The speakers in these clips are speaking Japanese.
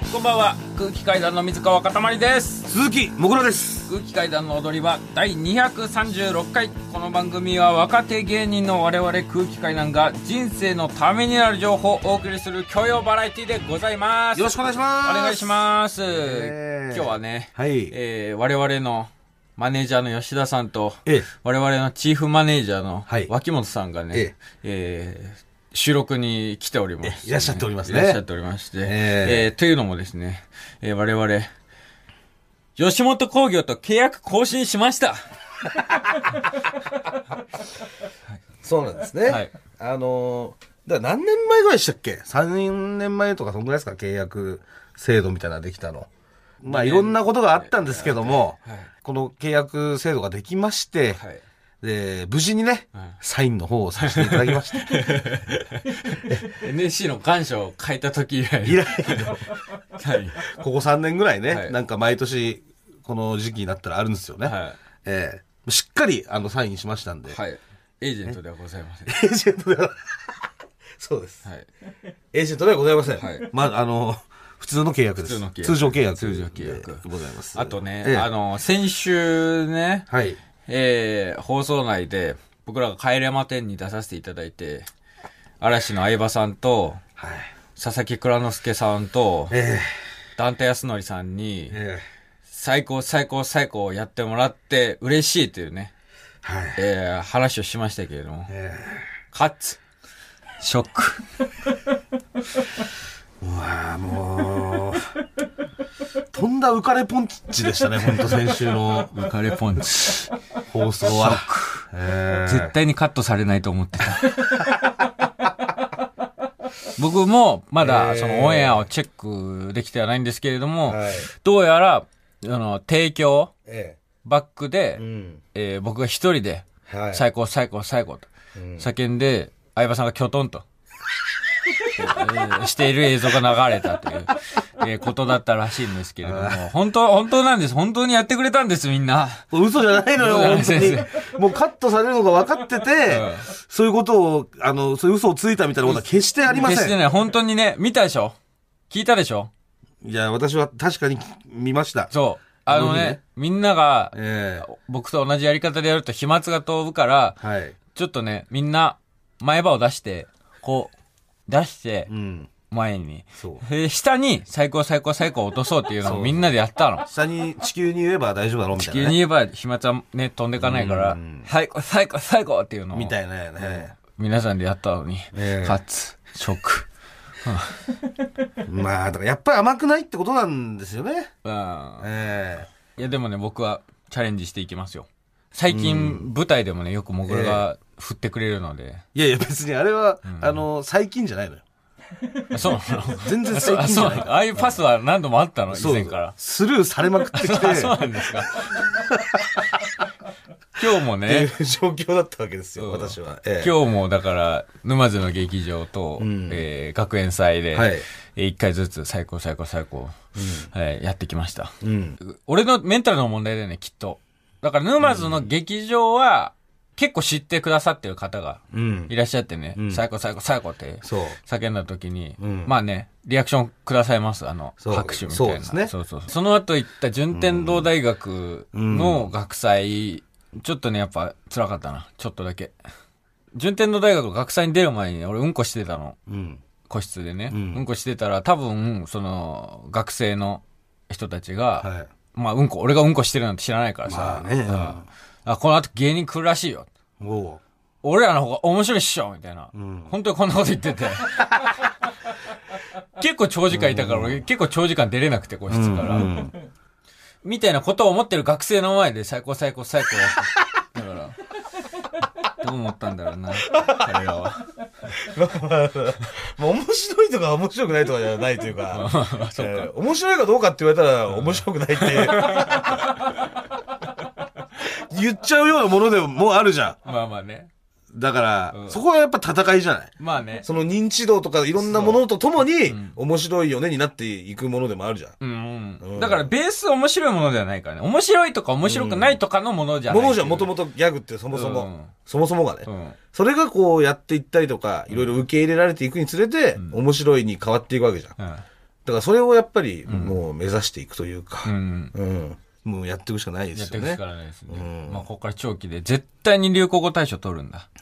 こんばんは。空気階段の水川かたまりです。 鈴木もぐらです。 空気階段の踊り場第236回。この番組は若手芸人の我々空気階段が人生のためになる情報をお送りする教養バラエティでございます。 よろしくお願いします。 お願いします。今日はね、 はい、 我々のマネージャーの吉田さんと、我々のチーフマネージャーの脇本さんがね、収録に来ております。 いらっしゃっておりますね。 いらっしゃっておりまして、というのもですね、我々吉本興業と契約更新しました。 そうなんですね。はい、だから何年前ぐらいでしたっけ？3年前とかそんぐらいですか？契約制度みたいなのできたの。まあいろんなことがあったんですけども、この契約制度ができまして、で無事にね、サインの方をさせていただきました。 NSC の願書を書いた時以来ここ3年ぐらいね、なんか毎年この時期になったらあるんですよね。しっかりサインしましたんで、 エージェントではございません。 エージェントではそうです、エージェントではございません。普通の契約です。通常契約でございます。 あとね、先週ね、放送内で僕らが帰れま10に出させていただいて、嵐の相葉さんと、佐々木蔵之介さんと、段田康則さんに、最高最高最高をやってもらって嬉しいというね、話をしましたけれども、かつショック。 うわもうとんだ浮かれポンチでしたね。本当先週の浮かれポンチ放送はショック、絶対にカットされないと思ってた。僕もまだそのオンエアをチェックできてはないんですけれども、どうやら提供バックで、僕が一人で最高最高最高と叫んで、相葉さんがキョトンとしている映像が流れたという、ことだったらしいんですけれども、本当なんです。本当にやってくれたんです、みんな。 嘘じゃないのよ、本当に。もうカットされるのが分かってて、そういうことを、そういう嘘をついたみたいなことは決してありません。 決してね、本当にね、見たでしょ？聞いたでしょ？ いや、私は確かに見ました。 そう。みんなが、僕と同じやり方でやると飛沫が飛ぶから、ちょっとね、みんな、前歯を出して、こう、出して、前に。下に最高最高最高落とそうっていうのをみんなでやったの。 下に、地球に言えば大丈夫だろうみたいな、 地球に言えば飛沫はね、飛んでいかないから、最高最高最高っていうのを。 みたいなね。 皆さんでやったのに、かつ、ショック。 まあ、だからやっぱり甘くないってことなんですよね。 いやでもね、僕はチャレンジしていきますよ。最近、舞台でもね、よくもぐらが振ってくれるので。 いやいや、別にあれは、最近じゃないのよ。 そうなの？ 全然最近じゃない。 ああいうパスは何度もあったの？以前から。 スルーされまくってきて。 そうなんですか。今日もね。 状況だったわけですよ、私は。 今日もだから、沼津の劇場と、学園祭で、一回ずつ最高最高最高、やってきました。俺のメンタルの問題だよね、きっと。だから沼津の劇場は、結構知ってくださってる方がいらっしゃってね、最高最高最高って叫んだ時に、まあね、リアクションくださいます。拍手みたいな。そうですね。その後行った順天堂大学の学祭、ちょっとね、やっぱ辛かったな。ちょっとだけ。順天堂大学の学祭に出る前に、俺うんこしてたの。個室でね。うんこしてたら、多分、その、学生の人たちが、まあ、俺がうんこしてるなんて知らないからさ、この後芸人来るらしいよ。俺らの方が面白いっしょみたいな。本当にこんなこと言ってて。結構長時間いたから、俺結構長時間出れなくて、個室から。みたいなことを思ってる学生の前で最高最高最高やって。だから、どう思ったんだろうな、彼らは。 面白いとか面白くないとかじゃないというか、面白いかどうかって言われたら面白くないっていう。言っちゃうようなものでもあるじゃん。 まあまあね。 だから、そこはやっぱ戦いじゃない。 まあね。 その認知度とかいろんなものとともに、面白いよねになっていくものでもあるじゃん。だからベース面白いものではないからね。面白いとか面白くないとかのものじゃない。 ものじゃもともとギャグってそもそもがね。それがこうやっていったりとか、いろいろ受け入れられていくにつれて、面白いに変わっていくわけじゃん。 だからそれをやっぱりもう目指していくというか、もうやっていくしかないですよね。 やっていくしかないですね。まあここから長期で絶対に流行語大賞取るんだ。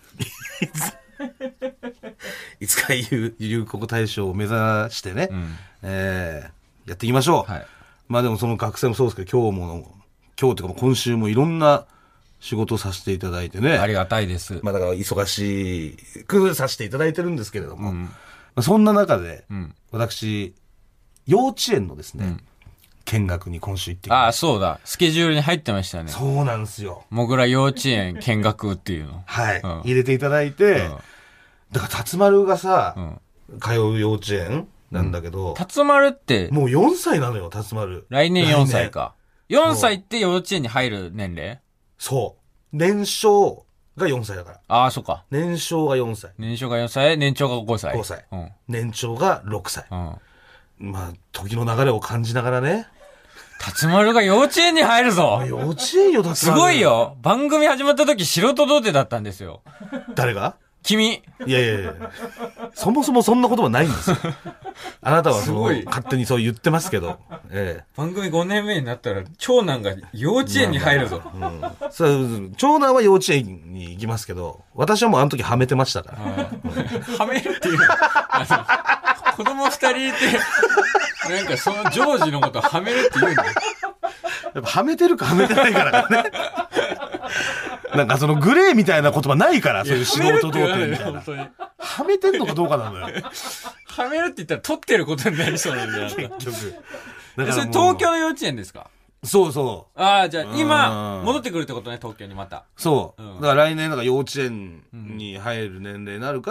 いつか流行語大賞を目指してね、やっていきましょう。はい、まあでもその学生もそうですけど、今日というか今週もいろんな仕事をさせていただいてね。 ありがたいです。 まあだから忙しくさせていただいてるんですけれども、まあ、そんな中で、私、幼稚園のですね、見学に今週行ってきました。 ああ、そうだ。スケジュールに入ってましたね。 そうなんですよ。 もぐら幼稚園見学っていうの。 はい、入れていただいて、だから辰丸がさ、通う幼稚園なんだけど、 辰丸ってもう4歳なのよ、辰丸。 来年4歳か。4歳って幼稚園に入る年齢？ そう。年少が4歳だから。 ああ、そっか。 年少が4歳。 年少が4歳、年長が5歳。 5歳。年長が6歳。まあ、時の流れを感じながらね。 辰丸が幼稚園に入るぞ。 幼稚園よ、辰丸。 すごいよ。番組始まった時素人童貞だったんですよ。 誰が？ 君。 いや。そもそもそんな言葉ないんですよ。あなたは勝手にそう言ってますけど。 番組5年目になったら、長男が幼稚園に入るぞ。 長男は幼稚園に行きますけど、私はもうあの時はめてましたから。 はめるっていうの子供2人いて、なんかそのジョージのことはめるって言うんだよ。 やっぱはめてるかはめてないからね。なんかそのグレーみたいな言葉ないから、そういう素人童貞みたいな。はめてんのかどうかなんだよ。 はめるって言ったら取ってることになりそうなんだよ。結局。それ東京の幼稚園ですか？ そうそう。 ああ、じゃあ今、戻ってくるってことね、東京にまた。 そう。だから来年なんか幼稚園に入る年齢になるから、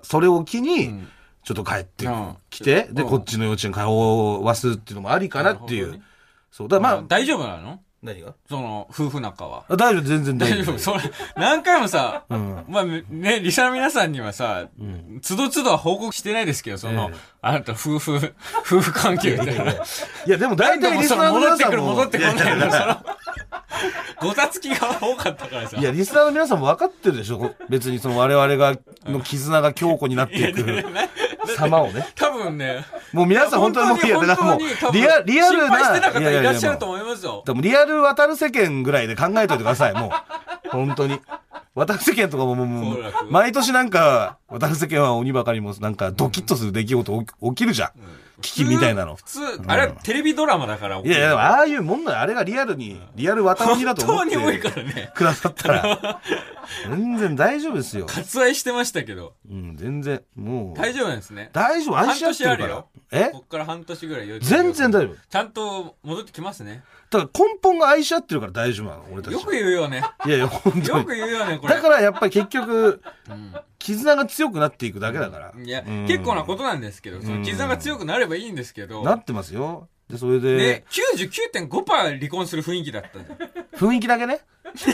それを機に、ちょっと帰ってきて、で、こっちの幼稚園通わすっていうのもありかなっていう。そう。だからまあ。 大丈夫なの？ 何が？ その、夫婦仲は。 大丈夫、全然大丈夫。 それ、何回もさ、まあね、リサの皆さんにはさ、つどつどは報告してないですけど、その、あなた夫婦関係みたいな。いや、でも大体リスナーの皆さんも。 戻ってくるの、その、ごたつきが多かったからさ。 いや、リスナーの皆さんも分かってるでしょ？別にその我々の絆が強固になっていく様をね。 多分ね。 もう皆さん本当にもう、いや、だからもう、リアルな。 心配してた方いらっしゃると思いますよ。 でもリアル渡る世間ぐらいで考えといてください、もう。本当に。渡る世間とかもう、毎年なんか、渡る世間は鬼ばかりもなんかドキッとする出来事起きるじゃん。危機みたいなの。 普通、あれはテレビドラマだから。 いや、ああいうもんだよ。あれがリアル渡鬼だと思って。 本当に多いからね。 くださったら。全然大丈夫ですよ。 割愛してましたけど。 全然、もう。 大丈夫なんですね。 大丈夫、愛し合ってるから。 こっから半年ぐらい。 全然大丈夫。 ちゃんと戻ってきますね。 だから根本が愛し合ってるから大丈夫なの、俺たち。 よく言うよね。 いや、本当に。 よく言うよね、これ。 だからやっぱり結局、絆が強くなっていくだけだから。 いや、結構なことなんですけど、その絆が強くなればいいんですけど。 なってますよ。で、それで。 ね、99.5% 離婚する雰囲気だったじゃん。 雰囲気だけね。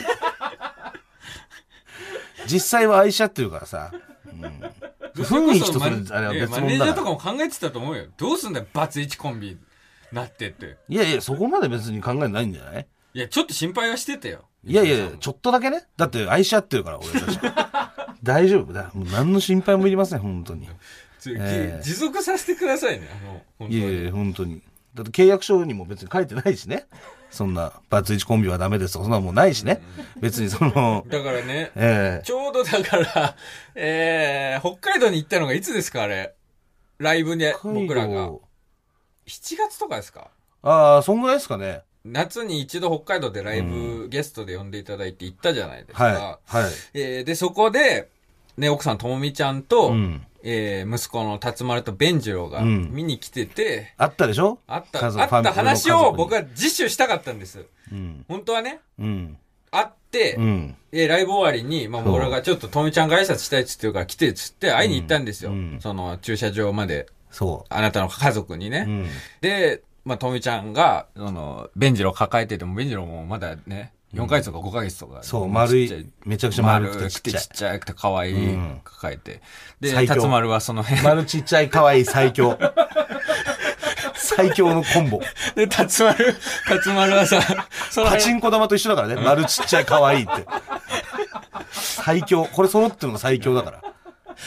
実際は愛し合ってるからさ。雰囲気とそれ、あれは別物だから。 マネージャーとかも考えてたと思うよ。どうすんだよ、バツイチコンビなってって。 いや、そこまで別に考えないんじゃない？ いや、ちょっと心配はしてたよ。 いや、ちょっとだけね。だって愛し合ってるから、俺たち。大丈夫だ。もう何の心配もいりません、本当に。 持続させてくださいね、 本当に。いや、本当に。だって契約書にも別に書いてないしね。そんな、バツイチコンビはダメですとか、そんなもんないしね。別にその。 だからね、ちょうどだから、北海道に行ったのがいつですか、あれ。ライブで、僕らが。7月とかですか？ ああ、そんぐらいですかね。 夏に一度北海道でライブ、ゲストで呼んでいただいて行ったじゃないですか。 はい。 で、そこで、ね、奥さんともみちゃんと、息子の辰丸と弁次郎が見に来てて、 あったでしょ？ あった話を僕は実習したかったんです。本当はね、会って、ライブ終わりに、まあ、俺がちょっとともみちゃんが挨拶したいっつって言うから来てっつって会いに行ったんですよ。その駐車場まで。 そう。 あなたの家族にね。で、まあ、とみちゃんが、弁次郎抱えてても、弁次郎もまだね、4ヶ月とか5ヶ月とか。 そう、丸い、めちゃくちゃ丸くてちっちゃい。 くて可愛い、抱えて。で、辰丸はその辺。 丸ちっちゃい可愛い最強。最強のコンボ。 で、辰丸はさ、 パチンコ玉と一緒だからね。丸ちっちゃい可愛いって。最強。これ揃ってるのが最強だから。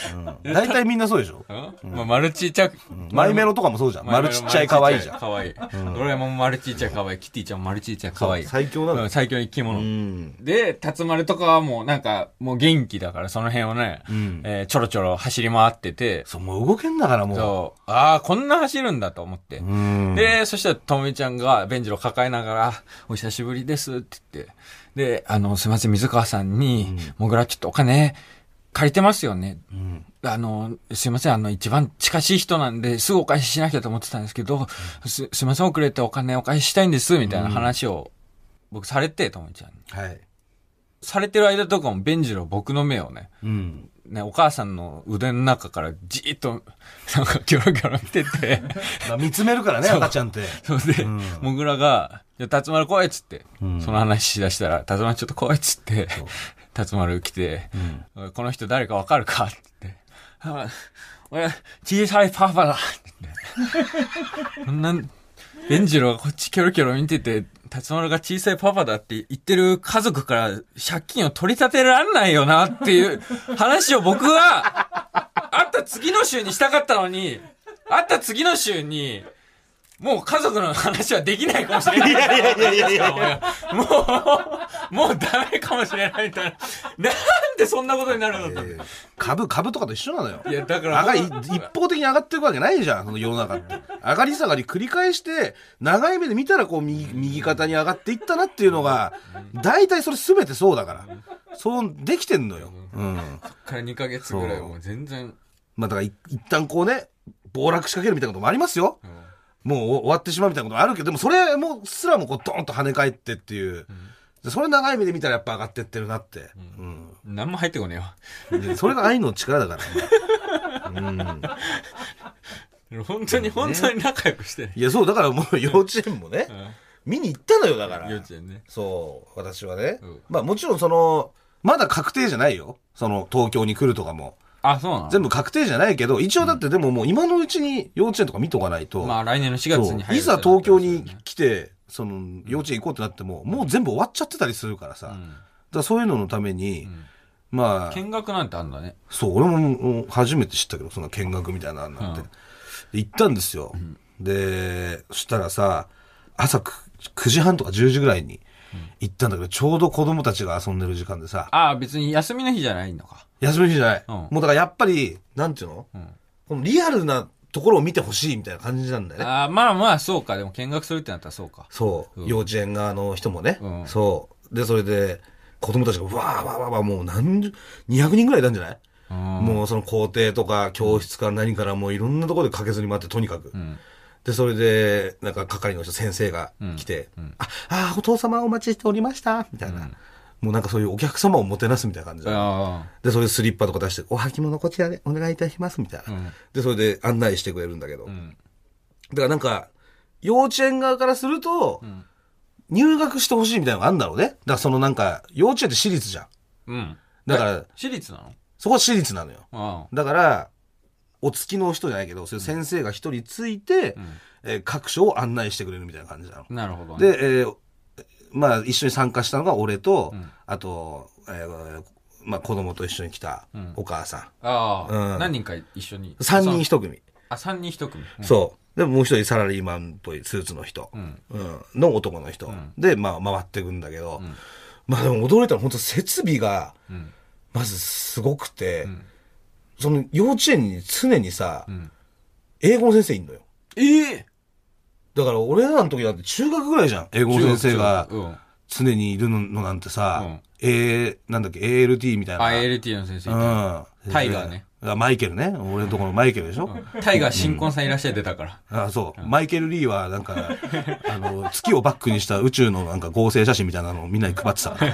大体みんなそうでしょ。 まあ、丸ちっちゃく。 マイメロとかもそうじゃん。丸ちっちゃい可愛いじゃん。 可愛い。ドラえもん丸ちっちゃい可愛い。キティちゃん丸ちっちゃい可愛い。 最強なの。 最強の生き物。で、辰丸とかはもうなんか、もう元気だから、その辺をね、ちょろちょろ走り回ってて。 そう、もう動けんだからもう。 そう。ああ、こんな走るんだと思って。で、そしたらともみちゃんがベンジロ抱えながら、お久しぶりですって言って。で、すいません、水川さんに、もぐらちょっとお金借りてますよね。すいません、一番近しい人なんで、すぐお返ししなきゃと思ってたんですけど、すいません、遅れてお金お返ししたいんです、みたいな話を、僕されて、ともちゃんに。 はい。 されてる間とかも、ベンジロ僕の目をね、ね、お母さんの腕の中からじーっと、なんかギョロギョロ見てて。 見つめるからね、赤ちゃんって。 そうで、もぐらが、じゃあ、辰丸来いっつって、その話しだしたら、辰丸ちょっと来いっつって、辰丸来て、この人誰かわかるかって言って、俺、小さいパパだって言って。こんな、ベンジロがこっちキョロキョロ見てて、辰丸が小さいパパだって言ってる家族から借金を取り立てらんないよなっていう話を僕は、会った次の週にしたかったのに、会った次の週に、もう家族の話はできないかもしれない。いや。もうダメかもしれないみたいな。なんでそんなことになるのと。 株とかと一緒なのよ。 いや、だから。 一方的に上がっていくわけないじゃん、その世の中って。上がり下がり繰り返して、長い目で見たらこう右肩に上がっていったなっていうのが、大体それ全てそうだから。そうできてんのよ。 そっから2ヶ月ぐらいはもう全然。 まあだから一旦こうね、暴落仕掛けるみたいなこともありますよ。もう終わってしまうみたいなこともあるけど、でもそれもすらもこうドーンと跳ね返ってっていう、それ長い目で見たらやっぱ上がってってるなって。 何も入ってこねえよ。それが愛の力だからね。本当に仲良くしてる。 いや、そう、だからもう幼稚園もね、見に行ったのよ、だから。 幼稚園ね。 そう、私はね。まあもちろんまだ確定じゃないよ。東京に来るとかも。 あ、そうなの？ 全部確定じゃないけど、一応だってでももう今のうちに幼稚園とか見とかないと。 まあ来年の4月に入る。 いざ東京に来て、幼稚園行こうってなっても、もう全部終わっちゃってたりするからさ。だからそういうののために、まあ。 見学なんてあんだね。 そう、俺も初めて知ったけど、そんな見学みたいなのなんて。行ったんですよ。で、そしたらさ、朝9時半とか10時ぐらいに行ったんだけど、ちょうど子供たちが遊んでる時間でさ。 ああ、別に休みの日じゃないのか。 休みの日じゃない。もうだからやっぱり、なんていうの？このリアルなところを見てほしいみたいな感じなんだよね。 ああ、まあまあ、そうか。でも見学するってなったらそうか。 そう。幼稚園側の人もね。そう。で、それで、子供たちがわーわーわーわーもう200人ぐらいいたんじゃない？もうその校庭とか教室から何からもういろんなところで駆けずり回ってとにかく。で、それで、なんか係の人、先生が来て、お父様お待ちしておりました、みたいな。もうなんかそういうお客様をもてなすみたいな感じで。で、それでスリッパとか出して、お履物こちらでお願いいたします、みたいな。で、それで案内してくれるんだけど。だからなんか、幼稚園側からすると、入学してほしいみたいなのがあるんだろうね。だからなんか、幼稚園って私立じゃん。だから、 私立なの？ そこは私立なのよ。だから、お付きの人じゃないけど、そういう先生が一人ついて、各所を案内してくれるみたいな感じなの。 なるほどね。 で、まあ一緒に参加したのが俺と、あと、まあ子供と一緒に来たお母さん。何人か一緒に。 3人1組。 あ、3人1組。 そう。で、もう一人サラリーマンっぽいスーツの人、の男の人。で、まあ回ってくんだけど、まあでも驚いたのは本当設備が、まずすごくて、その幼稚園に常にさ、英語の先生いんのよ。だから俺らの時だって中学ぐらいじゃん。英語の先生が常にいるのなんてさ、なんだっけ、ALT みたいな。 ALT の先生。タイガーね。 マイケルね。俺のところのマイケルでしょ。 タイガー新婚さんいらっしゃい出たから。 そう。マイケル・リーはなんか、月をバックにした宇宙のなんか合成写真みたいなのをみんなに配ってたから。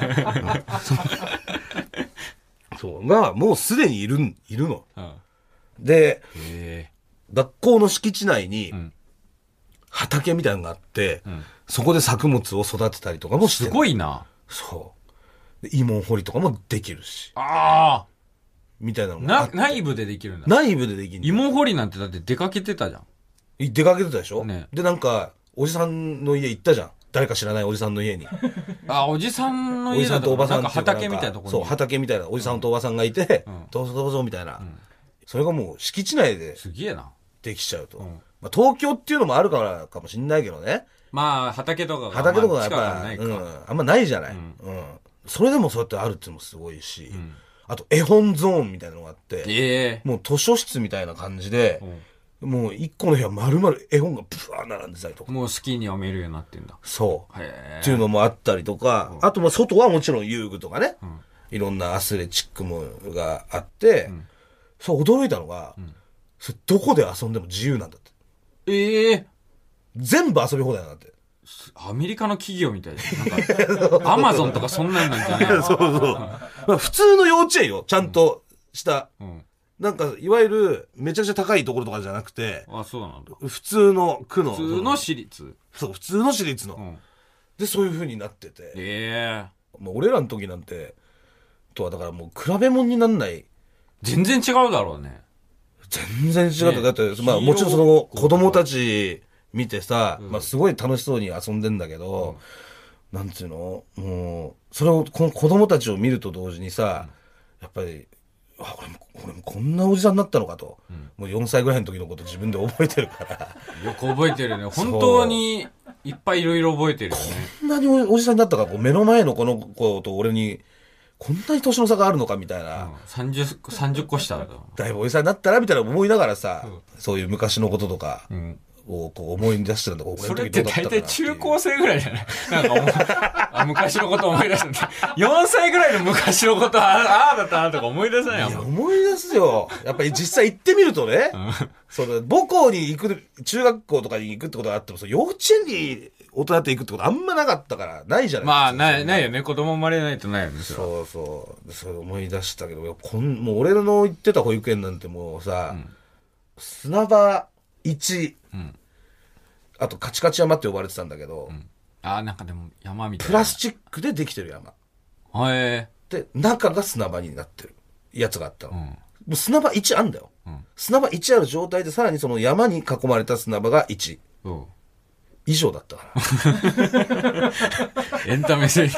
そうが、もうすでにいるの。で、学校の敷地内に、畑みたいなのがあって、そこで作物を育てたりとかもしてる。 すごいな。 そう。芋掘りとかもできるし。みたいなのが内部でできるんだ。 内部でできる。 芋掘りなんてだって出かけてたじゃん。 出かけてたでしょ？ね。で、なんか、おじさんの家行ったじゃん。誰か知らないおじさんの家に。 おじさんの家だとなんか畑みたいなところに。 そう、畑みたいなおじさんとおばさんがいて、どうぞどうぞみたいな。 それがもう敷地内で。 すげえな。 できちゃうと。まあ、東京っていうのもあるからかもしんないけどね。 まあ、畑とかが。畑とかがやっぱ、あんまないじゃない。それでもそうやってあるっていうのもすごいし。あと、絵本ゾーンみたいなのがあって。もう図書室みたいな感じで、もう一個の部屋丸々絵本がブワー並んでたりとか。 もう好きに読めるようになってんだ。 そう。っていうのもあったりとか、あとまあ外はもちろん遊具とかね、いろんなアスレチックもがあって、そう驚いたのが、それどこで遊んでも自由なんだって。全部遊び放題なんだって。 アメリカの企業みたいな。なんか、アマゾンとかそんなんなんじゃないそうそう。まあ、普通の幼稚園よ。ちゃんとした。なんか、いわゆる、めちゃくちゃ高いところとかじゃなくて。 あ、そうなんだ。 普通の区の。 普通の私立。 そう、普通の私立の。で、そういう風になってて。もう俺らの時なんて、とはだからもう比べ物になんない。 全然違うだろうね。 全然違った。だって、まあもちろんその子供たち見てさ、まあすごい楽しそうに遊んでんだけど、なんていうのもう、それを、この子供たちを見ると同時にさ、やっぱり、俺もこんなおじさんになったのかと。もう4歳ぐらいの時のこと自分で覚えてるから。 よく覚えてるね。本当にいっぱいいろいろ覚えてるよね。 こんなにおじさんになったか、目の前のこの子と俺に、こんなに年の差があるのかみたいな。 30個下だと。 だいぶおじさんになったなみたいな思いながらさ、そういう昔のこととかをこう思い出してるんだ。 それって大体中高生ぐらいじゃないなんか昔のこと思い出すんで。4歳ぐらいの昔のことああだったなとか思い出さないよ。 いや、思い出すよ。やっぱり実際行ってみるとね、母校に行く、中学校とかに行くってことがあっても、幼稚園に大人って行くってことあんまなかったから、ないじゃないまあ、ないよね。子供生まれないとないよね。 そうそう。それ思い出したけど、もう俺の行ってた保育園なんてもうさ、砂場1、あとカチカチ山って呼ばれてたんだけど、 ああ、なんかでも山みたいな。 プラスチックでできてる山。で、中が砂場になってるやつがあったの。もう砂場1あんだよ。砂場1ある状態でさらにその山に囲まれた砂場が1。以上だったから。 エンタメ性。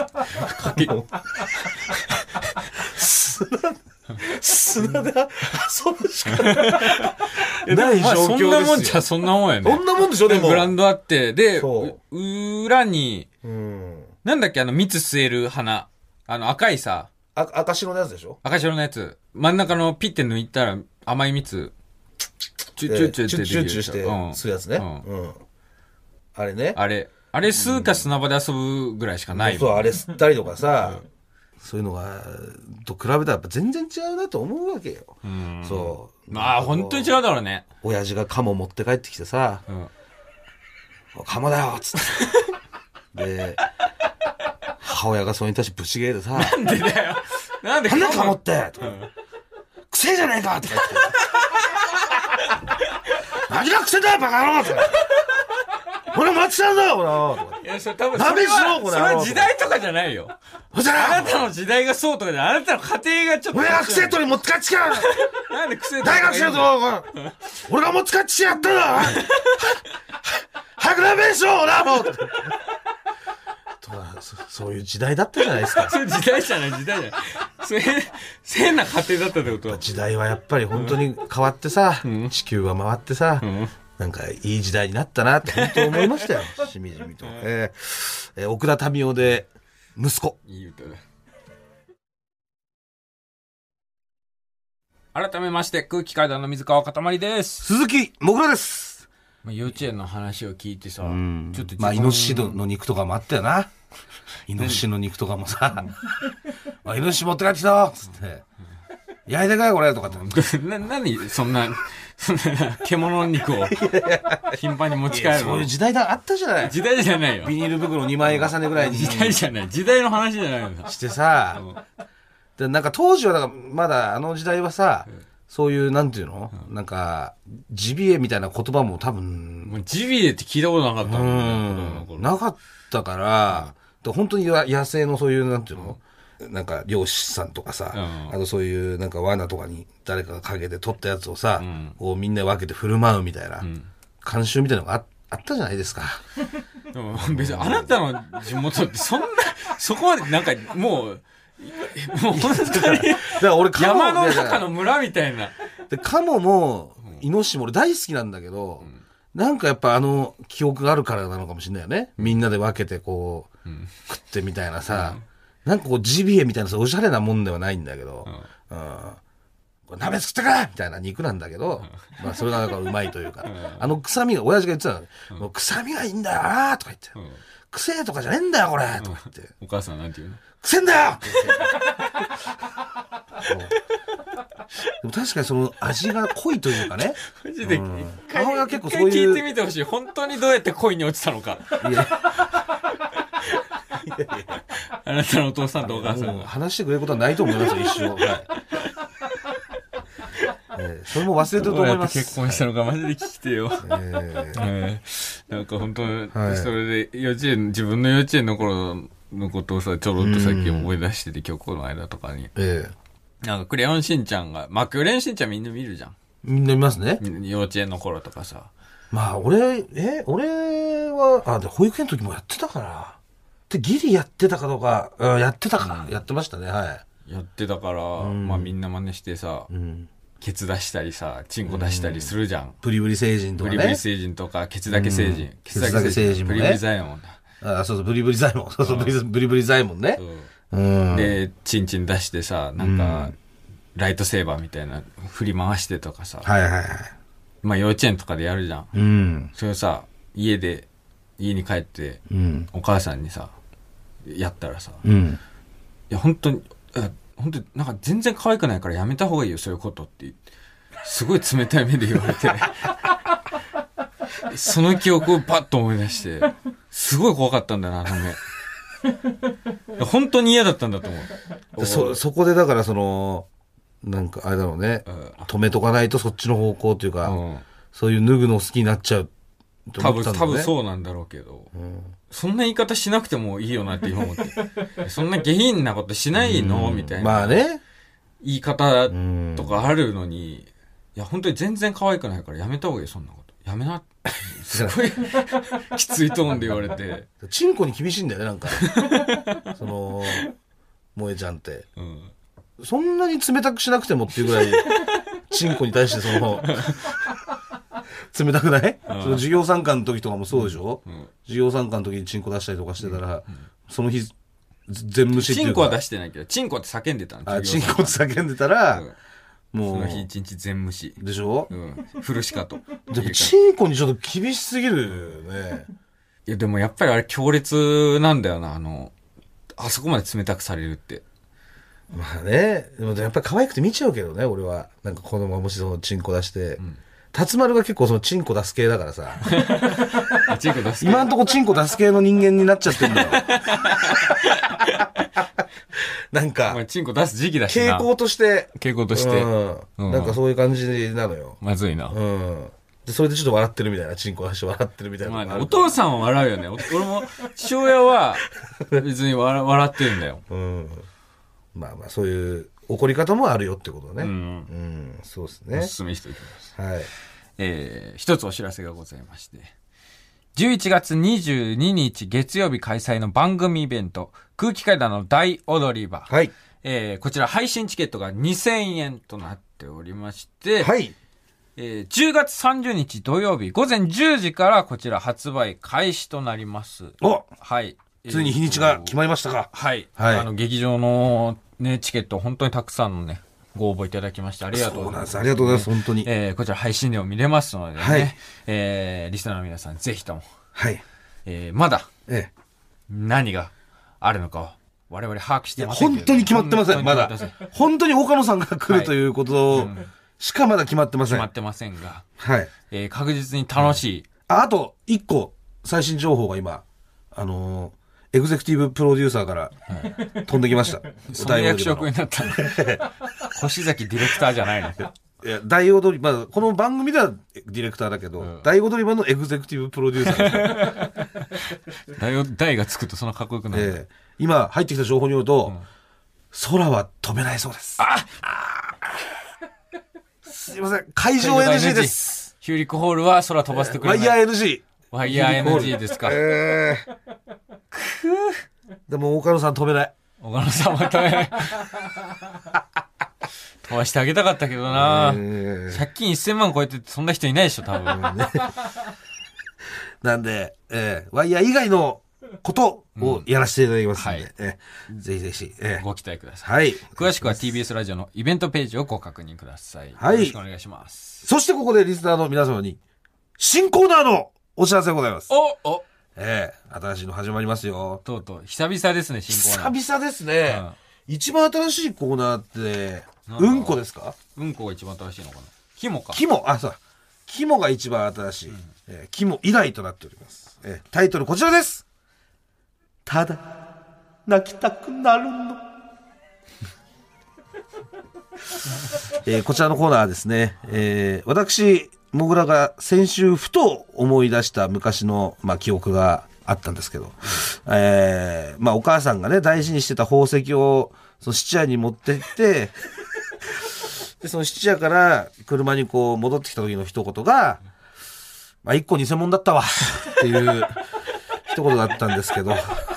砂で遊ぶしかない状況ですよ。 そんなもんじゃそんなもんやね。 そんなもんでしょ、でも。 グラウンドあって、で、裏に、なんだっけ、蜜吸える花。赤いさ。 赤白のやつでしょ？ 赤白のやつ。真ん中のピッて抜いたら甘い蜜、 チュッチュして吸うやつね。あれね。 あれ吸うか砂場で遊ぶぐらいしかない。 そう、あれ吸ったりとかさ、そういうのが、と比べたらやっぱ全然違うなと思うわけよ。そう。 まあ、本当に違うだろうね。 親父がカモ持って帰ってきてさ、カモだよつって。で、母親がそれに対してブチゲーでさ、 なんでだよ。なんでカモってくせえじゃねえかって言って。何がくせえだよバカ野郎って。俺待ちたんだよ、俺。 いや、それ多分それは時代とかじゃないよ。あなたの時代がそうとかじゃ、あなたの家庭がちょっと。 俺が癖取り持って帰ってきた。 なんで癖取り大学生と、俺が持って帰ってきてやったんだ。早くラベーションなもとか、そういう時代だったじゃないですか。 そういう時代じゃない。そういう変な家庭だったってことは。 時代はやっぱり本当に変わってさ、地球は回ってさ、なんかいい時代になったなって本当思いましたよ。しみじみと。奥田民生で息子。 いい歌だ。改めまして空気階段の水川かたまりです。 鈴木もぐらです。 幼稚園の話を聞いてさ、ちょっとまあイノシシの肉とかもあったよな。イノシシの肉とかもさ、イノシシ持って帰ってきたつって、焼いてかよこれとかって。 何そんな獣の肉を頻繁に持ち帰るの。 そういう時代あったじゃない。 時代じゃないよ。 ビニール袋2枚重ねぐらいに。 時代じゃない。時代の話じゃないよ。 してさ、でなんか当時はだからまだあの時代はさ、そういうなんていうの、なんかジビエみたいな言葉も多分もうジビエって聞いたことなかったもんね。なかったから、本当に野生のそういうなんていうの、なんか漁師さんとかさ、あとそういうなんか罠とかに誰かがかけて取ったやつをさ、こうみんな分けて振る舞うみたいな、慣習みたいなのがあったじゃないですか。 でも別にあなたの地元ってそこまでなんかもう本当に山の中の村みたいな。 で、カモも、イノシシも俺大好きなんだけど、なんかやっぱ記憶があるからなのかもしれないよね。みんなで分けてこう、食ってみたいなさ、なんかこうジビエみたいなおしゃれなもんではないんだけど、鍋作ってくれみたいな肉なんだけど、まあそれがなんかうまいというか、臭みが、親父が言ってたの、もう臭みがいいんだよなとか言って、臭えとかじゃねえんだよこれとか言って。 お母さんなんて言うの？ 臭えんだよでも確かにその味が濃いというかね。 マジで、 母親は結構そういう。 聞いてみてほしい。本当にどうやって恋に落ちたのか。いやあなたのお父さんとお母さんが。 話してくれることはないと思いますよ、一生。はいそれも忘れてると思います。 結婚したのかマジで聞きてよ。なんか本当、それで自分の幼稚園の頃のことをさ、ちょろっとさっき思い出してて、今日この間とかに。なんかクレヨンしんちゃんが、まあクレヨンしんちゃんみんな見るじゃん。 みんな見ますね。 幼稚園の頃とかさ。 まあ俺は、で、保育園の時もやってたから。で、ギリやってたかどうか、やってたか、やってましたね、はい。 やってたから、まあみんな真似してさ、ケツ出したりさ、チンコ出したりするじゃん。 ブリブリ星人とかね。 ブリブリ星人とか、ケツだけ星人。 ケツだけ星人もね。 ブリブリザイモンだ。そうそう、ブリブリザイモン。そうそう、ブリブリザイモンね。 で、チンチン出してさ、なんか、ライトセーバーみたいな振り回してとかさ。 はいはいはい。 まあ幼稚園とかでやるじゃん。それをさ、家に帰って、お母さんにさ、やったらさ、いや、本当になんか全然可愛くないからやめた方がいいよ、そういうことって。すごい冷たい目で言われて。その記憶をパッと思い出して、すごい怖かったんだな、目。本当に嫌だったんだと思う。そこでだからなんかあれだろうね、止めとかないとそっちの方向というか、そういう脱ぐの好きになっちゃうと思ったんだね。 多分そうなんだろうけど、そんな言い方しなくてもいいよなって今思って。そんな下品なことしないのみたいな。 まあね。 言い方とかあるのに、いや、本当に全然可愛くないからやめた方がいい、そんなこと。やめな。すごいきついトーンで言われて。 チンコに厳しいんだよね、なんか。萌えちゃんって。そんなに冷たくしなくてもっていうぐらい、チンコに対して冷たくない？授業参観の時とかもそうでしょ？授業参観の時にチンコ出したりとかしてたら、その日、全無視っていうか。 チンコは出してないけど、チンコって叫んでたの。 チンコって叫んでたら、もう。 その日一日全無視。 でしょ？ フルシカと。 でもチンコにちょっと厳しすぎるね。 いや、でもやっぱりあれ強烈なんだよな、あそこまで冷たくされるって。 まあね、でもやっぱり可愛くて見ちゃうけどね、俺は。なんか子供がもしチンコ出して。辰丸が結構チンコ出す系だからさ。 チンコ出す系。 今んとこチンコ出す系の人間になっちゃってんだよ。なんか。 チンコ出す時期だしな。 傾向として。 なんかそういう感じなのよ。 まずいな。 で、それでちょっと笑ってるみたいな。チンコ出して笑ってるみたいな。 まあね、お父さんは笑うよね。俺も、父親は別に笑ってるんだよ。 まあまあ、そういう怒り方もあるよってことね。そうですね。 お勧めしておきます。 はい。 一つお知らせがございまして。11月22日月曜日開催の番組イベント、空気階段の大踊り場。 はい。 こちら配信チケットが2000円となっておりまして、 はい。 10月30日土曜日午前10時からこちら発売開始となります。はい。 ついに日にちが決まりましたか？ はい。劇場のね、チケット本当にたくさんのね、ご応募いただきましてありがとうございます。 そうなんです。ありがとうございます、本当に。 こちら配信でも見れますのでね。はい。リスナーの皆さんぜひとも。 はい。 まだ、何があるのかを我々把握してませんけど。 本当に決まってません、まだ。本当に岡野さんが来るということしかまだ決まってません。 決まってませんが。 はい。 確実に楽しい。 あと、一個、最新情報が今、エグゼクティブプロデューサーから飛んできました。 その役職になったの。越崎ディレクターじゃないの。 いや、大踊り場、この番組ではディレクターだけど、大踊り場のエグゼクティブプロデューサー。大がつくとそんなかっこよくない。 今入ってきた情報によると、空は飛べないそうです。すいません。会場 NG です。 ヒューリックホールは空飛ばせてくれない。 ワイヤー NG。 ワイヤー NG ですか。 でも岡野さん飛べない。 岡野さんは飛べない。 飛ばしてあげたかったけどな。借金1000万超えてそんな人いないでしょ、多分。 なんで、ワイヤー以外のことをやらせていただきますので、ぜひぜひ、 ご期待ください。はい。詳しくは TBS ラジオのイベントページをご確認ください。はい。よろしくお願いします。 そしてここでリスナーの皆様に、新コーナーのお知らせでございます。新しいの始まりますよ。 とうとう、久々ですね、新コーナー。 久々ですね。一番新しいコーナーって、うんこですか？ うんこが一番新しいのかな？肝か。 そうだ。肝が一番新しい。肝以来となっております。タイトルこちらです。ただ、泣きたくなるの。こちらのコーナーはですね、私、もぐらが先週ふと思い出した昔の、記憶があったんですけど、お母さんがね、大事にしてた宝石を、その質屋に持ってって、で、その質屋から車にこう戻ってきた時の一言が、一個偽物だったわ、っていう一言だったんですけど、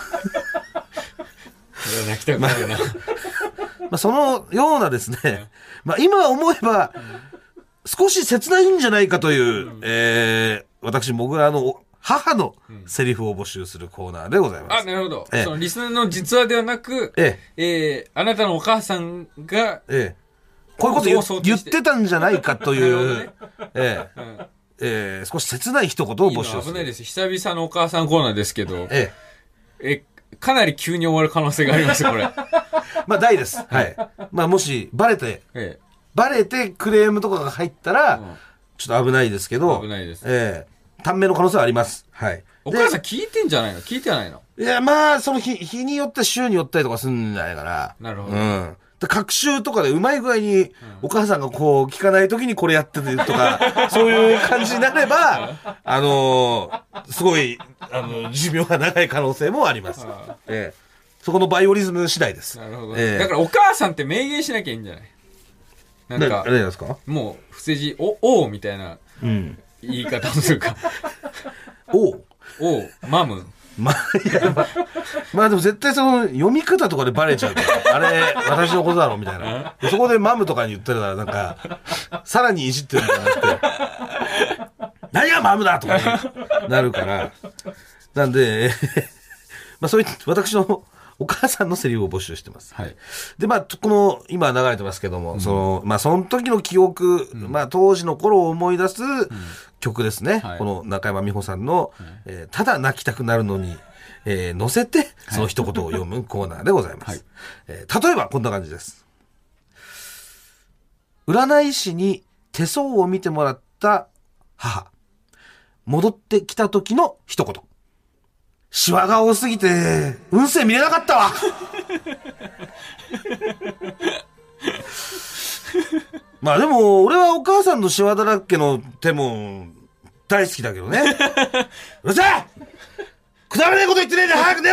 泣きたくなるな。 そのようなですね、今思えば、少し切ないんじゃないかという、私、もぐらの母のセリフを募集するコーナーでございます。 なるほど。そのリスナーの実話ではなく、あなたのお母さんが、 こういうこと言ってたんじゃないかという、少し切ない一言を募集する。 危ないです。久々のお母さんコーナーですけど、かなり急に終わる可能性がありますよ、これ。 大です。はい。もし、バレてクレームとかが入ったら、ちょっと危ないですけど、 危ないです。 短命の可能性はあります。はい。 お母さん聞いてんじゃないの？聞いてないの？ いや、その日によって週によったりとかするんじゃないかな。 なるほど。 各週とかでうまい具合に、お母さんがこう、聞かない時にこれやってるとか、そういう感じになれば、すごい、寿命が長い可能性もあります。そこのバイオリズム次第です。 なるほど。だからお母さんって明言しなきゃいいんじゃない？なんか、 何ですか？ もう、伏せ字、おみたいな、言い方をするか。マム。 でも絶対その読み方とかでバレちゃうから、あれ、私のことだろみたいな。そこでマムとかに言ってるから、なんか、さらにいじってるんじゃなくて、何がマムだとかなるから。なんで、そういう、私のお母さんのセリフを募集してます。はい。で、この、今流れてますけども、その時の記憶、当時の頃を思い出す曲ですね。この中山美穂さんの、ただ泣きたくなるのに、乗せて、その一言を読むコーナーでございます。例えば、こんな感じです。占い師に手相を見てもらった母。戻ってきた時の一言。シワが多すぎて、運勢見れなかったわでも、俺はお母さんのシワだらけの手も大好きだけどね。うるさいくだらねえこと言ってねえで早く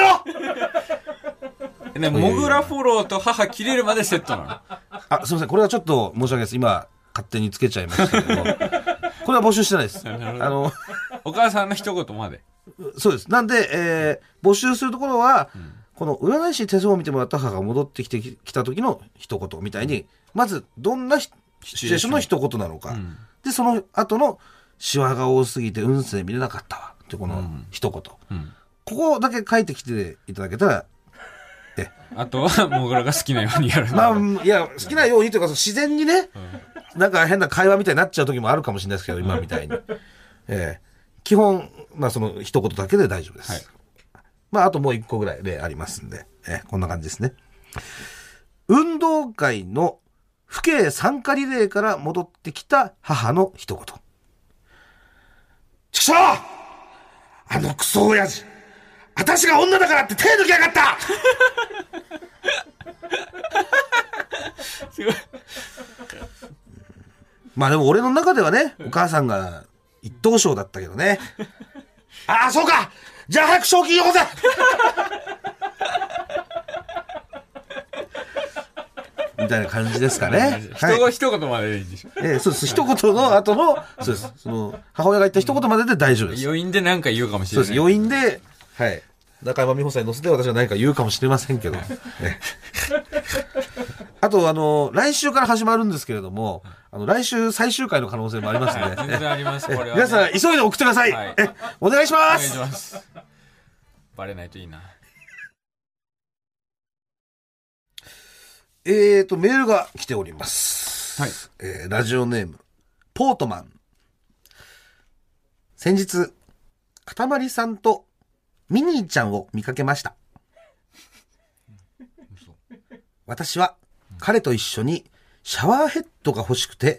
寝ろモグラフォローと母切れるまでセットなの？すいません。これはちょっと申し訳ないです。今、勝手につけちゃいましたけども。これは募集してないです。 お母さんの一言まで。 そうです。なんで、募集するところは、この占い師手相を見てもらった母が戻ってきた時の一言みたいに、まずどんなシチュエーションの一言なのか。で、その後のシワが多すぎて運勢見れなかったわ。ってこの一言。ここだけ書いてきていただけたら、 あとは、モグラが好きなようにやる。 いや、好きなようにというか、自然にね、なんか変な会話みたいになっちゃう時もあるかもしれないですけど、今みたいに。基本、その一言だけで大丈夫です。あともう一個ぐらい例ありますんで、こんな感じですね。運動会の父兄参加リレーから戻ってきた母の一言。ちくしょう！あのクソ親父！私が女だからって手抜きやがったでも俺の中ではね、お母さんが一等賞だったけどね。そうか！じゃあ早く賞金よこせみたいな感じですかね。 一言まででいいでしょ。 そうです。一言の後の、そうです。その、母親が言った一言までで大丈夫です。 余韻で何か言うかもしれない。 そうです。余韻で、はい。 中山美穂さんに乗せて私は何か言うかもしれませんけど。あと、来週から始まるんですけれども、来週最終回の可能性もありますね。 全然あります、これは、ね。 皆さん、急いで送ってください。はい、お願いします。 お願いします。バレないといいな。 メールが来ております。はい。ラジオネーム、ポートマン。先日、かたまりさんとミニーちゃんを見かけました。私は彼と一緒にシャワーヘッドが欲しくて、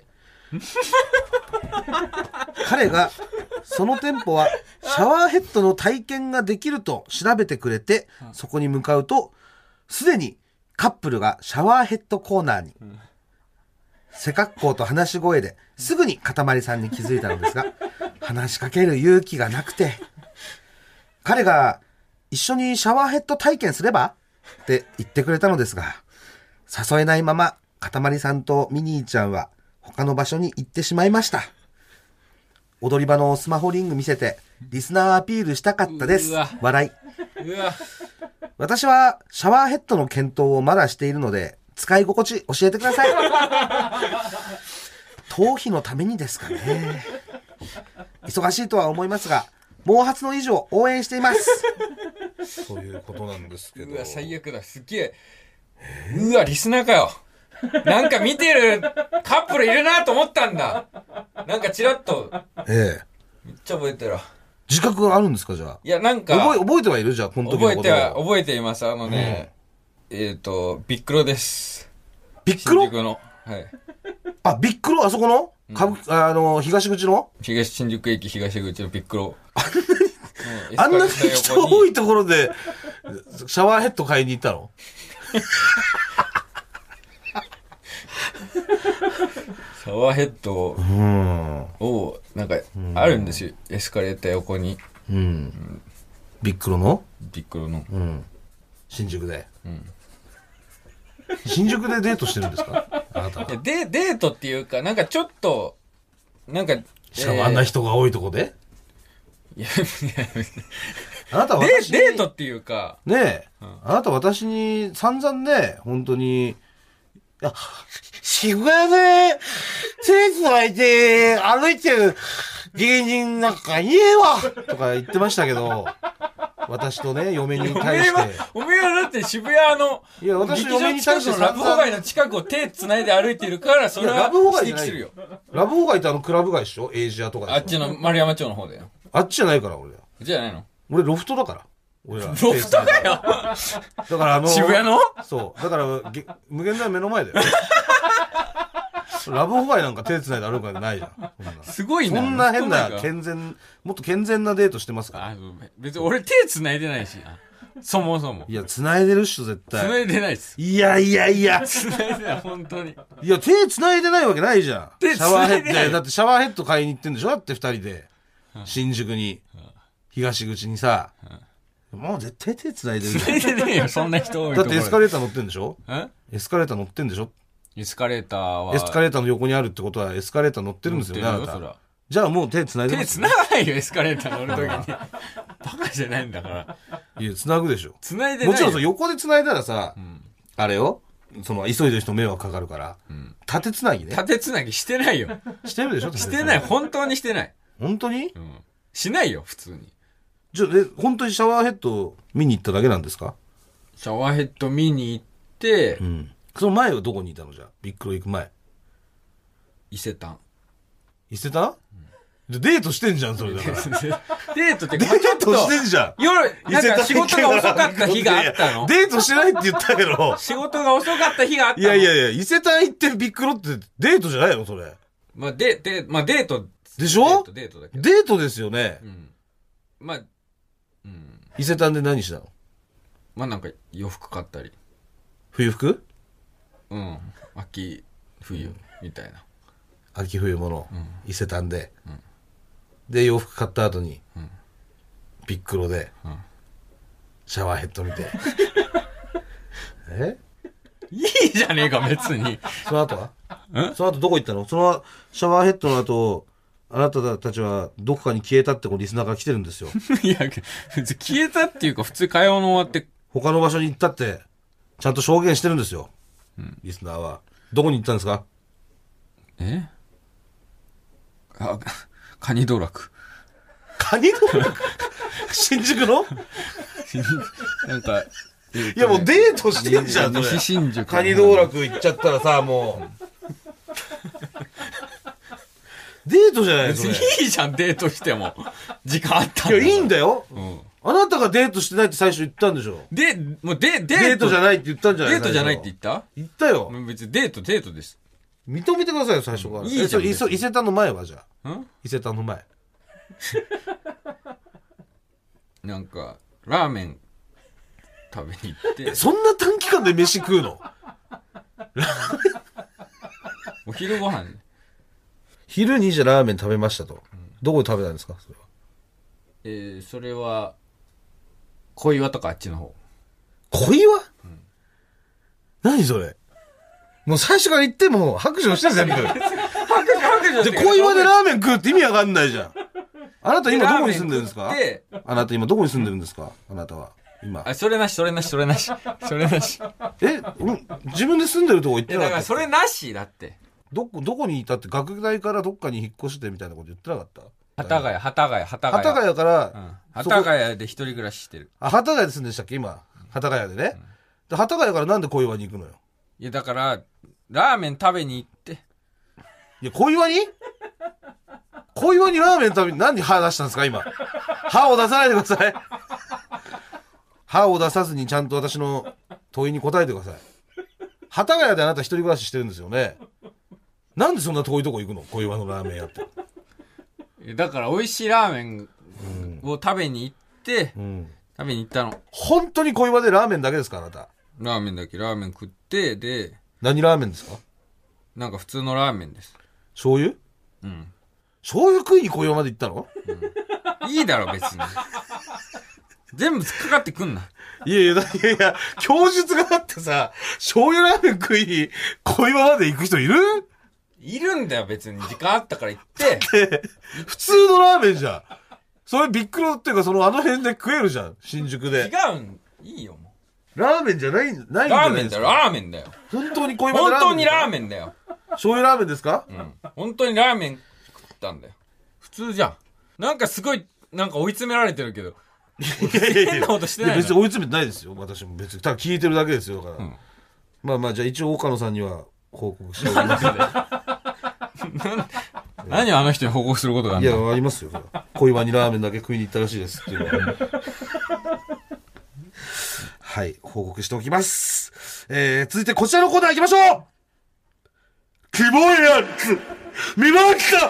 彼がその店舗はシャワーヘッドの体験ができると調べてくれて、そこに向かうと、すでにカップルがシャワーヘッドコーナーに、背格好と話し声ですぐにかたまりさんに気づいたのですが、話しかける勇気がなくて、彼が一緒にシャワーヘッド体験すればって言ってくれたのですが、誘えないままかたまりさんとミニーちゃんは他の場所に行ってしまいました。踊り場のスマホリング見せてリスナーアピールしたかったです。笑い。私はシャワーヘッドの検討をまだしているので、使い心地教えてください。頭皮のためにですかね。忙しいとは思いますが、毛髪の維持を応援しています。ということなんですけど。 うわ、最悪だ。すっげえ。うわ、リスナーかよ。なんか見てるカップルいるなと思ったんだ。なんかチラッと。めっちゃ覚えてる。 自覚があるんですか、じゃあ。 いや、なんか。 覚えてはいるじゃあ、この時のこと覚えています。ビックロです。 ビックロ？ 新宿の。はい。 あ、ビックロ？あそこの？東口の？ 新宿駅東口のビックロ。 あんなに人多いところで、シャワーヘッド買いに行ったの？ シャワーヘッドを、なんか、あるんですよ。エスカレーター横に。 ビックロの？ ビックロの。 新宿で。新宿でデートしてるんですか？あなたは。 デートっていうか、なんかちょっと、なんか、 しかもあんな人が多いとこで？ いや、 あなた私にデートっていうか。 ねえ、あなた私に散々ね、本当に、渋谷で手繋いで歩いてる芸人なんかいねえわとか言ってましたけど、私とね、嫁に対して。 おめえはだって渋谷の、 いや、私嫁に対してラブホ街の近くを手繋いで歩いてるから、それは指摘するよ。 ラブホ街ってクラブ街でしょ？エイジアとかでしょ？ あっちの丸山町の方だよ。 あっちじゃないから、俺。 じゃないの？ 俺ロフトだから。俺ら。 ロフトだよ。 だから渋谷の？ そう。だから、無限大目の前だよ。ラブホ街なんか手繋いで歩くわけないじゃん。 すごいな。 そんな変な、もっと健全なデートしてますから。 別に俺手繋いでないしな。そもそも。 いや、繋いでるっしょ、絶対。 繋いでないっす。 いや。 繋いでない、本当に。 いや、手繋いでないわけないじゃん。 シャワーヘッド。だってシャワーヘッド買いに行ってんでしょ？だって二人で。新宿に。東口にさ。もう絶対手繋いでるじゃん。 繋いでねえよ、そんな人多いだってエスカレーター乗ってんでしょ？ エスカレーター乗ってんでしょ？ エスカレーターの横にあるってことはエスカレーター乗ってるんですよね、あなた。じゃあもう手繋いでます。 手繋がないよ、エスカレーター乗るときに。バカじゃないんだから。 いや、繋ぐでしょ。 繋いでない。 もちろん横で繋いだらさ、あれよ、急いでる人迷惑かかるから、縦繋ぎね。 縦繋ぎしてないよ。 してるでしょ？ してない、本当にしてない。 本当に？ しないよ、普通に。 じゃあ、本当にシャワーヘッド見に行っただけなんですか？ シャワーヘッド見に行って、 その前はどこにいたの？じゃあ、ビックロ行く前。 伊勢丹。 伊勢丹？デートしてんじゃん、それだから。 デートってデートしてんじゃん。 夜、なんか仕事が遅かった日があったの？ デートしてないって言ったけど。 仕事が遅かった日があったの？ いや、伊勢丹行ってビックロってデートじゃないのそれ。 まあ、デート。 でしょ？ デートだけど。 デートですよね。 まあ、 伊勢丹で何したの？ まあなんか洋服買ったり。 冬服？ 秋、冬、みたいな。 秋冬物、伊勢丹で。で、洋服買った後に、ビックロで、シャワーヘッド見て。 いいじゃねえか、別に。 その後は？その後どこ行ったの？そのシャワーヘッドの後、 あなたたちはどこかに消えたってリスナーが来てるんですよ。 いや、消えたっていうか普通会話の終わって。 他の場所に行ったって、ちゃんと証言してるんですよ。リスナーは。どこに行ったんですか？ カニ道楽。 カニ道楽新宿のなんか、 いやもうデートしてんじゃん、 西新宿。 カニ道楽行っちゃったらさ、もう。デートじゃないですか。 いいじゃん、デートしても。時間あったんだ。 いや、いいんだよ。あなたがデートしてないって最初言ったんでしょ。 もうデートじゃないって言ったんじゃない？ デートじゃないって言った？ 言ったよ。 別にデートです。 認めてくださいよ、最初から。 いいじゃん。 伊勢丹の前はじゃあ。伊勢丹の前。 なんか、ラーメン食べに行って。 そんな短期間で飯食うの？ お昼ご飯。 昼にじゃラーメン食べましたと。どこで食べたんですか、それは。それは、小岩とかあっちの方。 小岩？何それ？もう最初から言っても拍手をして全部。拍手。で、小岩でラーメン食うって意味わかんないじゃん。あなた今どこに住んでるんですか？あなた今どこに住んでるんですか？あなたは。今。 それなし。自分で住んでるとこ行ってなかった？ だからそれなしだって。 どこにいたって、学大からどっかに引っ越してみたいなこと言ってなかった？ 幡ヶ谷から、 幡ヶ谷で一人暮らししてる。 幡ヶ谷で住んでしたっけ今？幡ヶ谷でね。で、幡ヶ谷からなんで小岩に行くのよ？ いや、だから、ラーメン食べに行って。 いや、小岩にラーメン食べに、何歯出したんですか今。歯を出さないでください。歯を出さずにちゃんと私の問いに答えてください。幡ヶ谷であなた一人暮らししてるんですよね。なんでそんな遠いとこ行くの？小岩のラーメン屋って。 だから美味しいラーメンを食べに行って、食べに行ったの。 本当に小岩でラーメンだけですか、あなた？ ラーメン食って、で、 何ラーメンですか？ なんか普通のラーメンです。 醤油？醤油食いに小岩まで行ったの？ いいだろ別に。全部突っかかってくんな。 いや、供述があってさ、醤油ラーメン食いに小岩まで行く人いるんだよ別に。時間あったから行って。 普通のラーメンじゃん。それビックロっていうかあの辺で食えるじゃん、新宿で。 いいよもう。ラーメンじゃないんじゃないですか？ ラーメンだよ。 本当に小岩でラーメン？本当にラーメンだよ。 醤油ラーメンですか？ 本当にラーメン食ったんだよ。普通じゃん。なんかすごい、なんか追い詰められてるけど。変なことしてない。 別に追い詰めてないですよ。私も別に。ただ聞いてるだけですよ。だから。まあ、じゃあ一応岡野さんには報告しております。 何あの人に報告することがあるの？ いや、ありますよ。小岩にラーメンだけ食いに行ったらしいですっていうのは。はい、報告しておきます。続いてこちらのコーナー行きましょう。キモいやつ見ました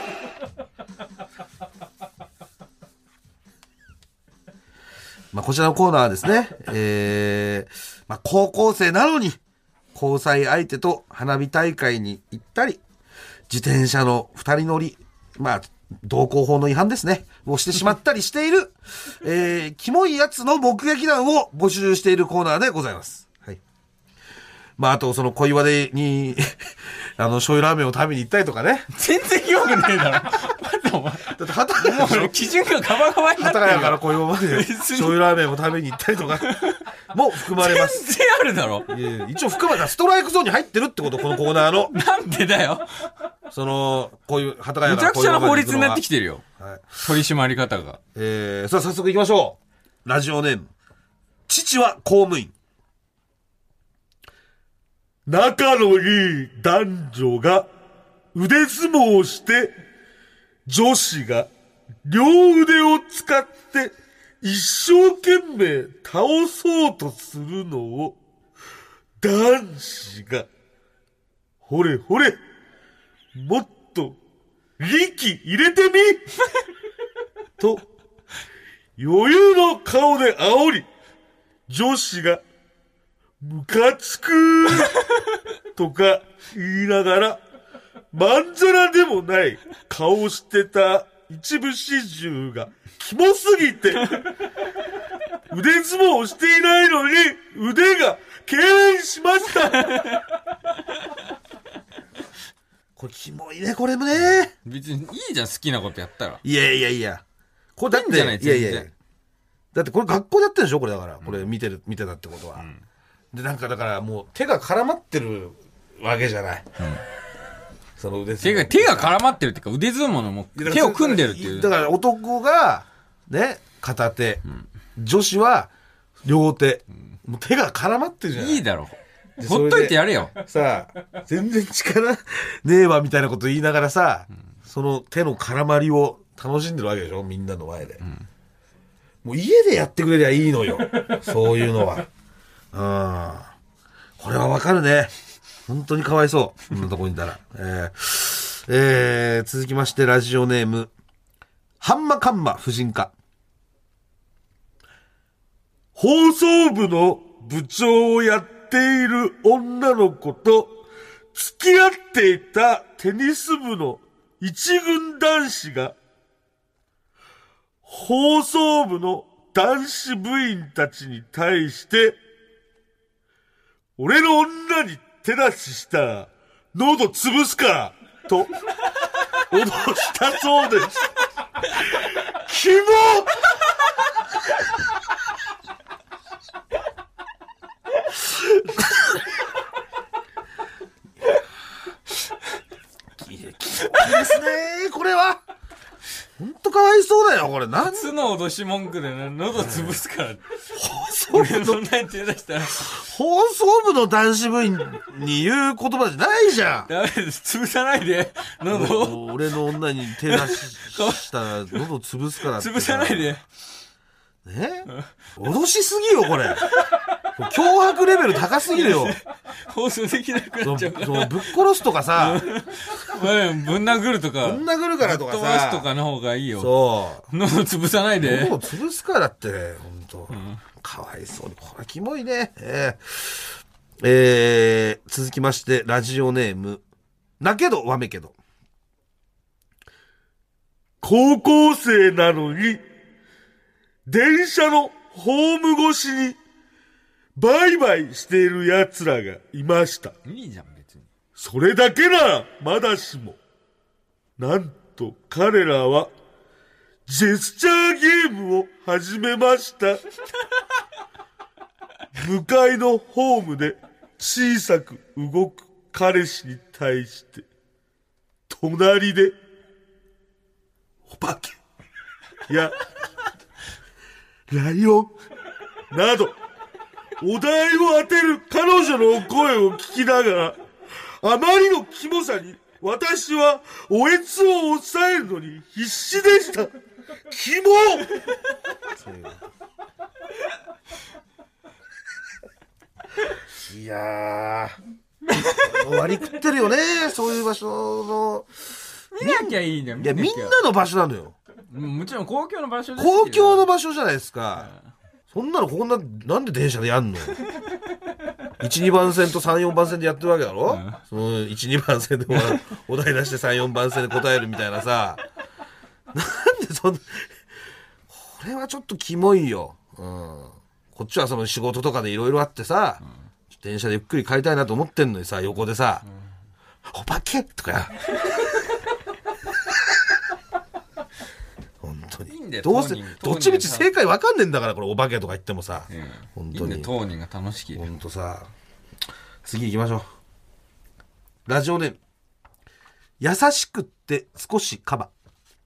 こちらのコーナーはですね、高校生なのに交際相手と花火大会に行ったり、自転車の二人乗り、道交法の違反ですね、をしてしまったりしている、キモいやつの目撃談を募集しているコーナーでございます。はい。あとその小岩でに醤油ラーメンを食べに行ったりとかね。 全然よくねえだろ。だって畑谷もう基準がガバガバになってる。 畑谷から小岩まで醤油ラーメンを食べに行ったりとかも含まれます。 全然あるだろ。 いや一応含まれたストライクゾーンに入ってるってこと、このコーナーの。 なんでだよ。 こういう畑谷から小岩まで行くのがめちゃくちゃな法律になってきてるよ。はい。取り締まり方が。 さあ早速行きましょう。ラジオネーム。父は公務員。仲のいい男女が腕相撲をして、女子が両腕を使って一生懸命倒そうとするのを、男子が、ほれほれ、もっと力入れてみと、余裕の顔で煽り、女子が、ムカつくとか言いながら、まんざらでもない顔してた一部始終がキモすぎて、腕相撲をしていないのに腕が痙攣しましたこれキモいね、これもね。 び別にいいじゃん、好きなことやったら。 いやいやいや。これだって、 いいんじゃない？ いやいや。だってこれ学校でやってるでしょこれだから。これ見てたってことは。で、なんかだからもう手が絡まってるわけじゃない。その腕相撲。 手が絡まってるっていうか、腕相撲のもう手を組んでるっていう。 だから男が、ね、片手。女子は両手。もう手が絡まってるじゃない。 いいだろ。ほっといてやれよ。 さあ、全然力ねえわみたいなこと言いながらさ、その手の絡まりを楽しんでるわけでしょみんなの前で。もう家でやってくれりゃいいのよ。そういうのは。これはわかるね。本当にかわいそう。こんなとこにいたら。続きまして、ラジオネーム、ハンマカンマ婦人科。放送部の部長をやっている女の子と付き合っていたテニス部の一軍男子が放送部の男子部員たちに対して俺の女に手出ししたら喉潰すからと脅したそうです。キモいいですねこれはほんとかわいそうだよこれ。 初の脅し文句で喉潰すから俺の女に手出したら放送部の男子部員に言う言葉じゃないじゃん。 ダメです。潰さないで喉を。 俺の女に手出したら喉潰すからって。 潰さないでね、脅しすぎよこれ。脅迫レベル高すぎるよ。 放送できなくなっちゃうから。 ぶっ殺すとかさぶん殴るとかぶん殴るからとかさぶっ飛ばすとかの方がいいよ。 そう喉潰さないで。 喉潰すからって本当、かわいそうに。これキモいね。続きましてラジオネームなけどわめけど。高校生なのに電車のホーム越しにバイバイしている奴らがいました。 いいじゃん別に。 それだけならまだしも、なんと彼らはジェスチャーゲームを始めました。向かいのホームで小さく動く彼氏に対して隣でお化けやライオンなどお題を当てる彼女の声を聞きながら、あまりのキモさに私はおえつを抑えるのに必死でした。キモいやー割り食ってるよねそういう場所の。 見なきゃいいね。 いやみんなの場所なのよ。 もちろん公共の場所です。 公共の場所じゃないですか。そんなのこんななんで電車でやんの1、2番線と3、4番線でやってるわけだろ、その1、2番線でお題出して3、4番線で答えるみたいなさ。なんでそんなこれはちょっとキモいよ、こっちはその仕事とかでいろいろあってさ、電車でゆっくり帰りたいなと思ってんのにさ、横でさ、お化けとかどうせどっちみち正解わかんねえんだからこれお化けとか言ってもさ、本当にいいね。 当人が楽しき本当さ。次行きましょう。ラジオネーム優しくって少しカバ。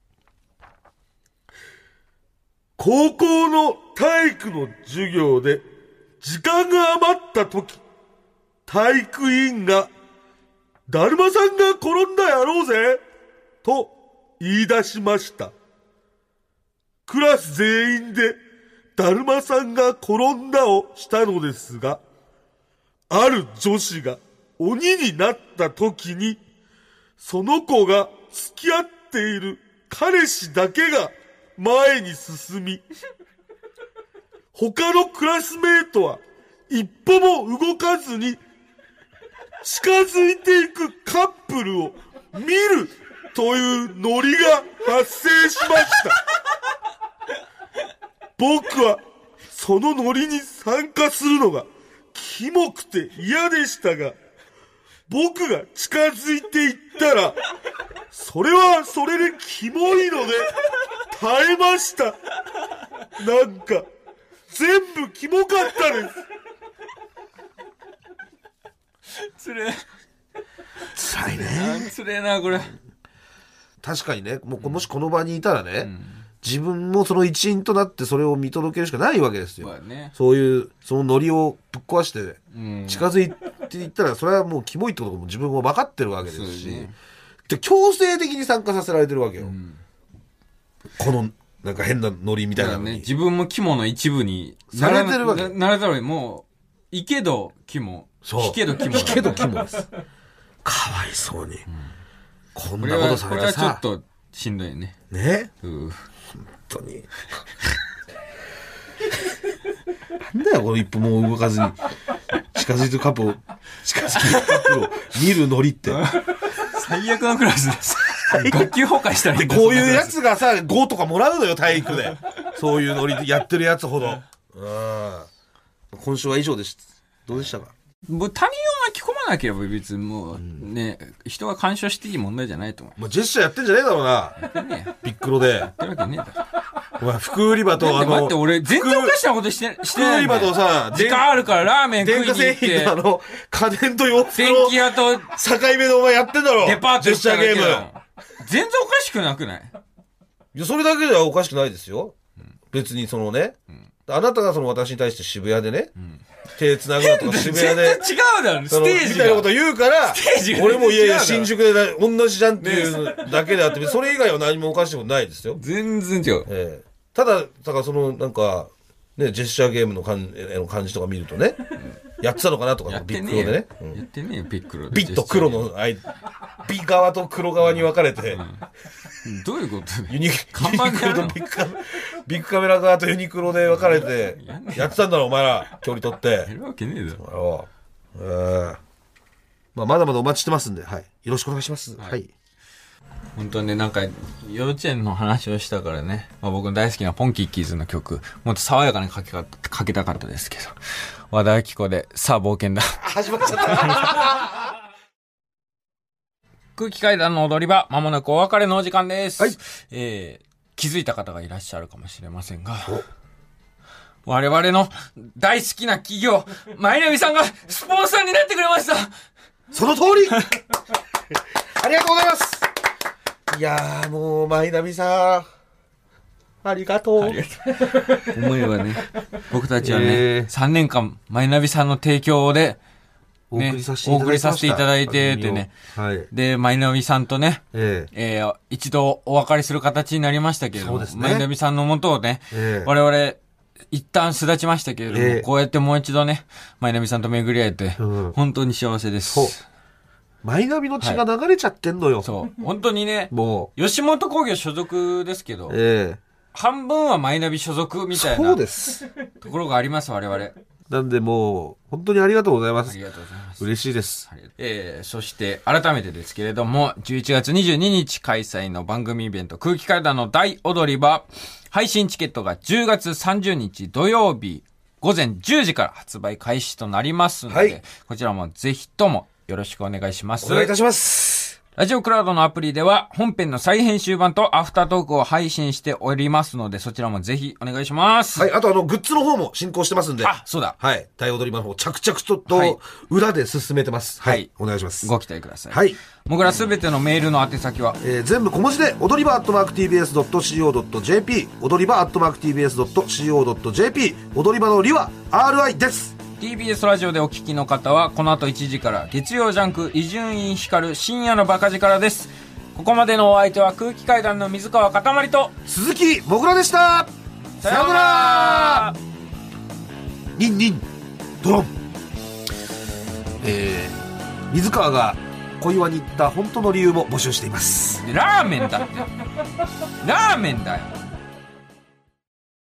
高校の体育の授業で時間が余った時、体育委員がだるまさんが転んだやろうぜと言い出しました。クラス全員でだるまさんが転んだをしたのですが、ある女子が鬼になった時に、その子が付き合っている彼氏だけが前に進み、他のクラスメートは一歩も動かずに近づいていくカップルを見るというノリが発生しました。僕はそのノリに参加するのがキモくて嫌でしたが、僕が近づいていったらそれはそれでキモいので耐えました。なんか全部キモかったです。 つれえ。 辛いね。 つれえなこれ。 確かにね、もしこの場にいたらね、自分もその一員となってそれを見届けるしかないわけですよ。そういうそのノリをぶっ壊して近づいていったら、それはもうキモいってことも自分も分かってるわけですし、で強制的に参加させられてるわけよ。このなんか変なノリみたいなのに、 自分も肝の一部にされてるわけ。 なれたらもういけど肝、引けど肝です。かわいそうに。こんなことされたらさ、 これはちょっとしんどいね。 ね。本当に。なんだよ、この一歩も動かずに近づいてるカップルを見るノリって。 最悪のクラスです。学級崩壊したらいいんだ。 こういうやつがさ、5とかもらうのよ、体育で。そういうノリでやってるやつほど。今週は以上です。どうでしたか？ もう他人を巻き込まなければ別にもうね、人が干渉していい問題じゃないと思う。 ジェスチャーやってんじゃねえだろうな。ビックロで。やってるわけねえだろ。 お前、服売り場と待って、俺全然おかしなことしてない。 服売り場とさ、 時間あるからラーメン食いに行って。電化製品の家電と洋服の電気屋と境目でお前やってんだろ。 デパートジェスチャーゲーム。 全然おかしくなくない？ いや、それだけではおかしくないですよ。別にそのね、あなたがその私に対して渋谷でね、手繋ぐのとか渋谷で。 全然違うだろ、ステージが。 みたいなこと言うから、俺もいやいや新宿で同じじゃんっていうだけであって、それ以外は何もおかしいことないですよ。 全然違う。 ただそのなんか、ね、ジェスチャーゲームの感じとか見るとね、やってたのかなとか、ビックロでね。 やってねえよ、ビックロで。 ビッと黒の、ビ側と黒側に分かれて、 どういうことユニクロとビッグカメラ側とユニクロで分かれて、やってたんだろ、お前ら、距離取って。 やるわけねえだろ。 まだまだお待ちしてますんで、はい。よろしくお願いします。はい。 本当にね、なんか、幼稚園の話をしたからね、僕の大好きなポンキッキーズの曲、もっと爽やかにかけたかったですけど、和田アキ子で、さあ冒険だ。 始まっちゃった。 空気階段の踊り場、まもなくお別れのお時間です。 はい。 気づいた方がいらっしゃるかもしれませんが、我々の大好きな企業、マイナビさんがスポンサーになってくれました。 その通りありがとうございます。いやー、もう、マイナビさん、ありがとう。 思えばね、僕たちはね、3年間、マイナビさんの提供で、ね、お送りさせていただいててね、はい、で、マイナビさんとね、一度お別れする形になりましたけれども、ね、マイナビさんのもとをね、我々、一旦巣立ちましたけれども、こうやってもう一度ね、マイナビさんと巡り合えて、本当に幸せです。 そう。マイナビの血が流れちゃってんのよ。はい、 そう。本当にね、もう。吉本興業所属ですけど、半分はマイナビ所属みたいな。 そうです。 ところがあります、我々。 なんでもう、本当にありがとうございます。 ありがとうございます。 嬉しいです。 そして、改めてですけれども、11月22日開催の番組イベント、空気階段の大踊り場、配信チケットが10月30日土曜日、午前10時から発売開始となりますので、はい、こちらもぜひともよろしくお願いします。 お願いいたします。 ラジオクラウドのアプリでは本編の再編集版とアフタートークを配信しておりますので、そちらもぜひお願いします。 はい、あとグッズの方も進行してますんで。 あ、そうだ。 はい。大踊り場の方、着々と裏で進めてます。はい。はい、お願いします。 ご期待ください。 はい。 僕らすべてのメールの宛先は、 全部小文字で、踊り場@tbs.co.jp、踊り場@tbs.co.jp、踊り場のりは RI です。 TBS ラジオでお聞きの方はこの後1時から月曜ジャンク伊集院光深夜のバカ力です。ここまでのお相手は空気階段の水川かたまりと鈴木もぐらでした。さようなら。ニンニンドロン。水川が小岩に行った本当の理由も募集しています。 ラーメンだってラーメンだよ。